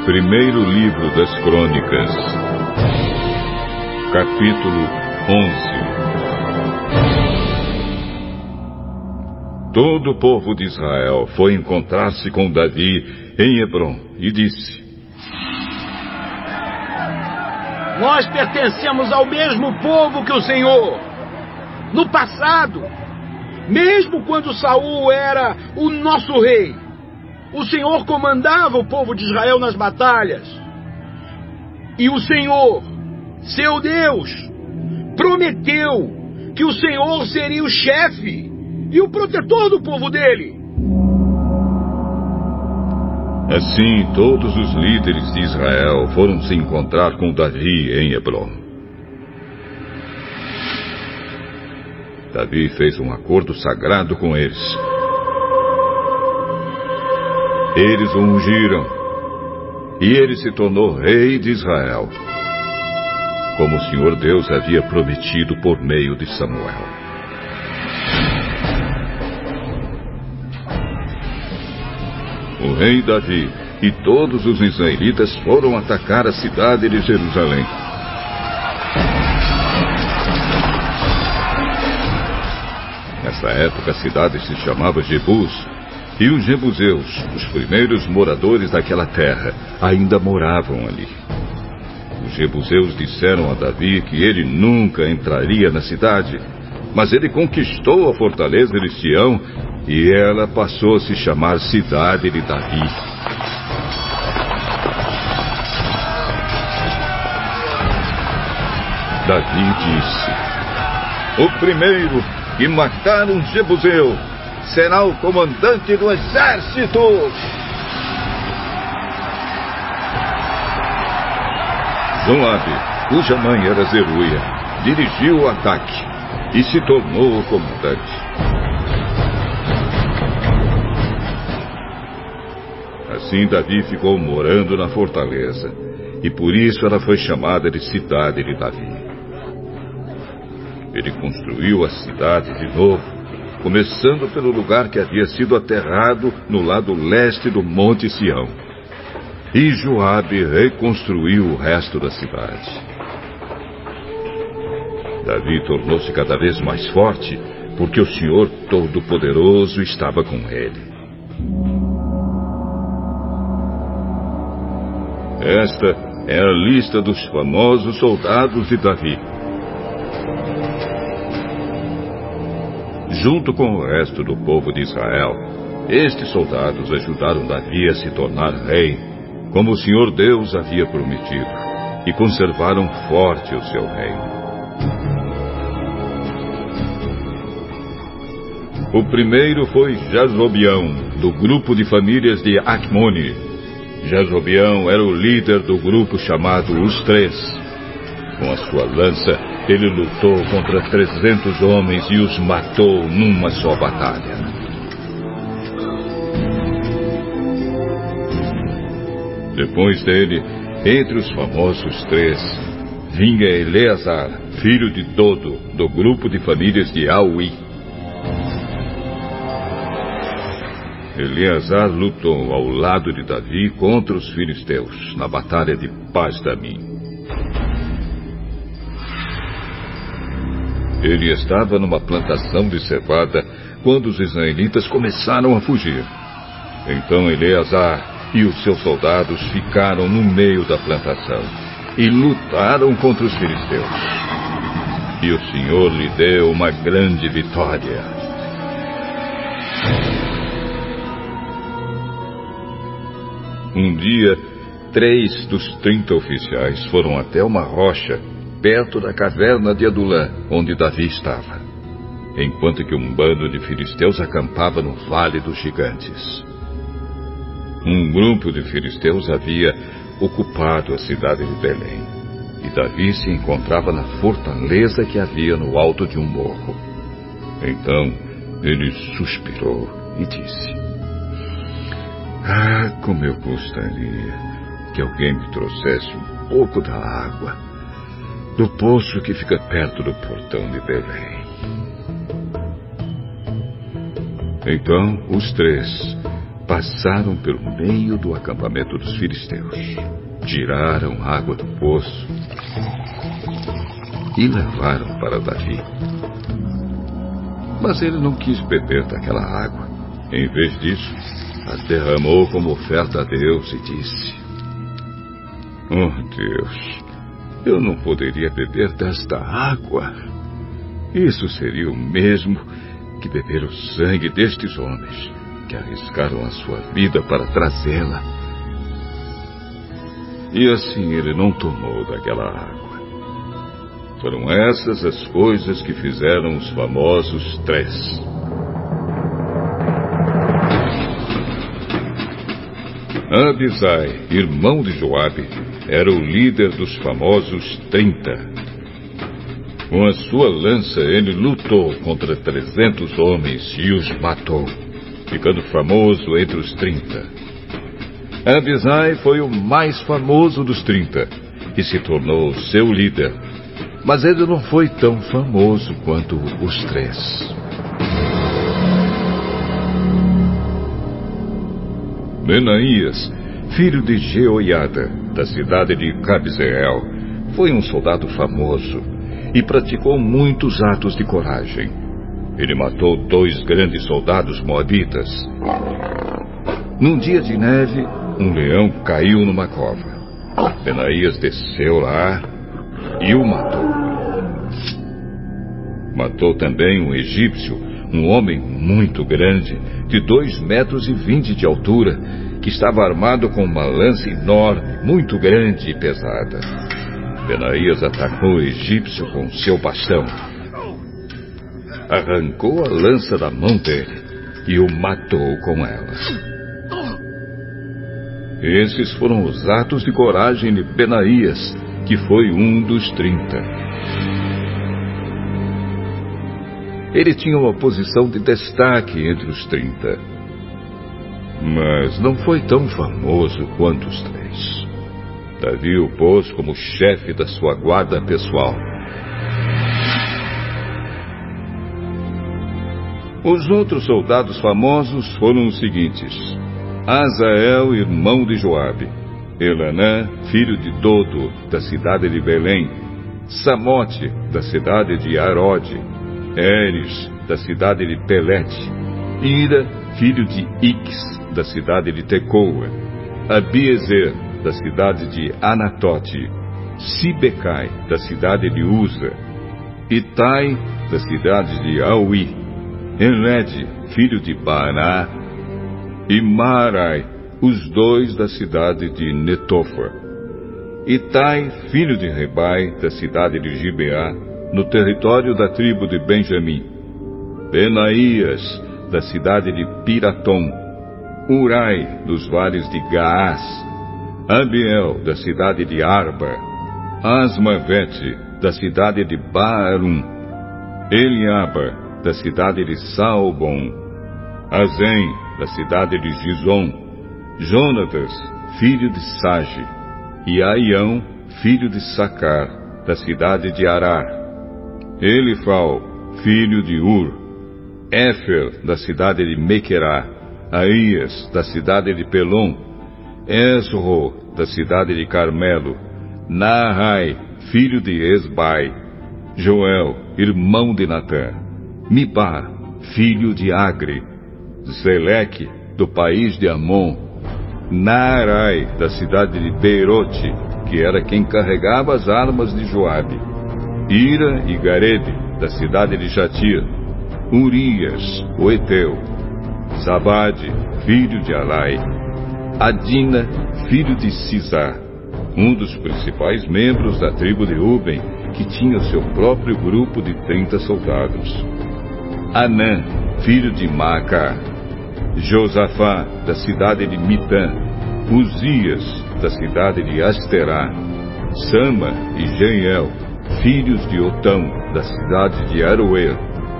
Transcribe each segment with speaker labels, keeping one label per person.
Speaker 1: Primeiro livro das Crônicas, capítulo 11. Todo o povo de Israel foi encontrar-se com Davi em Hebrom e disse:
Speaker 2: Nós pertencemos ao mesmo povo que o Senhor. No passado, mesmo quando Saul era o nosso rei, o Senhor comandava o povo de Israel nas batalhas. E o Senhor, seu Deus, prometeu que o Senhor seria o chefe e o protetor do povo dele.
Speaker 1: Assim, todos os líderes de Israel foram se encontrar com Davi em Hebrom. Davi fez um acordo sagrado com eles. Eles o ungiram, e ele se tornou rei de Israel, como o Senhor Deus havia prometido por meio de Samuel. O rei Davi e todos os israelitas foram atacar a cidade de Jerusalém. Nessa época a cidade se chamava Jebus, e os jebuseus, os primeiros moradores daquela terra, ainda moravam ali. Os jebuseus disseram a Davi que ele nunca entraria na cidade, mas ele conquistou a fortaleza de Sião e ela passou a se chamar Cidade de Davi. Davi disse: O primeiro que matar um jebuseu será o comandante do exército. Joabe, cuja mãe era Zeruia, dirigiu o ataque e se tornou o comandante. Assim Davi ficou morando na fortaleza, e por isso ela foi chamada de Cidade de Davi. Ele construiu a cidade de novo, começando pelo lugar que havia sido aterrado no lado leste do Monte Sião. E Joabe reconstruiu o resto da cidade. Davi tornou-se cada vez mais forte, porque o Senhor Todo-Poderoso estava com ele. Esta é a lista dos famosos soldados de Davi. Junto com o resto do povo de Israel, estes soldados ajudaram Davi a se tornar rei, como o Senhor Deus havia prometido, e conservaram forte o seu reino. O primeiro foi Jazobeão, do grupo de famílias de Acmone. Jazobeão era o líder do grupo chamado Os Três. Com a sua lança, ele lutou contra 300 homens e os matou numa só batalha. Depois dele, entre os famosos três, vinha Eleazar, filho de Dodo, do grupo de famílias de Auí. Eleazar lutou ao lado de Davi contra os filisteus, na batalha de Pas-damim. Ele estava numa plantação de cevada quando os israelitas começaram a fugir. Então Eleazar e os seus soldados ficaram no meio da plantação e lutaram contra os filisteus. E o Senhor lhe deu uma grande vitória. Um dia, 3 dos 30 oficiais foram até uma rocha perto da caverna de Adulã, onde Davi estava, enquanto que um bando de filisteus acampava no Vale dos Gigantes. Um grupo de filisteus havia ocupado a cidade de Belém, e Davi se encontrava na fortaleza que havia no alto de um morro. Então ele suspirou e disse: como eu gostaria que alguém me trouxesse um pouco da água do poço que fica perto do portão de Belém. Então os três, passaram pelo meio do acampamento dos filisteus, tiraram água do poço e levaram para Davi. Mas ele não quis beber daquela água. Em vez disso, a derramou como oferta a Deus e disse: "Oh Deus, eu não poderia beber desta água. Isso seria o mesmo que beber o sangue destes homens que arriscaram a sua vida para trazê-la." E assim ele não tomou daquela água. Foram essas as coisas que fizeram os famosos 3. Abisai, irmão de Joabe, era o líder dos famosos 30. Com a sua lança ele lutou contra 300 homens e os matou, ficando famoso entre os 30. Abisai foi o mais famoso dos 30 e se tornou seu líder, mas ele não foi tão famoso quanto os 3. Benaías, filho de Jeoiada, da cidade de Cabzeel, foi um soldado famoso e praticou muitos atos de coragem. Ele matou 2 grandes soldados moabitas. Num dia de neve, um leão caiu numa cova. Benaías desceu lá e o matou. Matou também um egípcio, um homem muito grande, de 2,20 metros de altura, que estava armado com uma lança enorme, muito grande e pesada. Benaías atacou o egípcio com seu bastão. Arrancou a lança da mão dele e o matou com ela. Esses foram os atos de coragem de Benaías, que foi um dos 30. Ele tinha uma posição de destaque entre os 30, mas não foi tão famoso quanto os 3. Davi o pôs como chefe da sua guarda pessoal. Os outros soldados famosos foram os seguintes: Azael, irmão de Joabe; Elanã, filho de Dodo, da cidade de Belém; Samote, da cidade de Arode; Eres, da cidade de Pelete; Ira, filho de Ix, da cidade de Tecoa; Abiezer, da cidade de Anatote; Sibecai, da cidade de Uza; Itai, da cidade de Auí; Enred, filho de Baaná; e Maarai, os 2 da cidade de Netofa; Itai, filho de Ribai, da cidade de Gibeá, no território da tribo de Benjamim; Benaías, da cidade de Piratom; Urai, dos vales de Gaás; Abiel, da cidade de Arba; Asmavete, da cidade de Baarum; Eliaba, da cidade de Saalbom; Azem, da cidade de Gizom; Jonatas, filho de Sage; e Aião, filho de Sacar, da cidade de Arar; Elifal, filho de Ur; Éfer, da cidade de Mequerá; Aías, da cidade de Pelom; Esro, da cidade de Carmelo; Naai, filho de Esbai; Joel, irmão de Natã; Mibar, filho de Agre; Zeleque, do país de Amon; Naarai, da cidade de Beirote, que era quem carregava as armas de Joabe; Ira e Garebe, da cidade de Jatir; Urias, o Eteu; Zabade, filho de Alai; Adina, filho de Sisá, um dos principais membros da tribo de Ruben, que tinha seu próprio grupo de 30 soldados; Anã, filho de Maacá; Josafá, da cidade de Mitã; Uzias, da cidade de Asterá; Sama e Jeiel, filhos de Otão, da cidade de Aroer;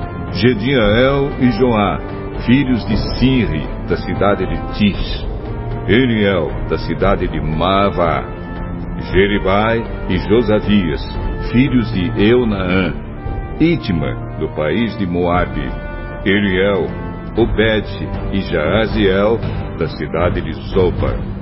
Speaker 1: Gediael e Joá, filhos de Sinri, da cidade de Tis; Eliel, da cidade de Maavá; Jeribai e Josavias, filhos de Eunaã; Itma, do país de Moabe; Eliel, Obed e Jaaziel, da cidade de Zopa.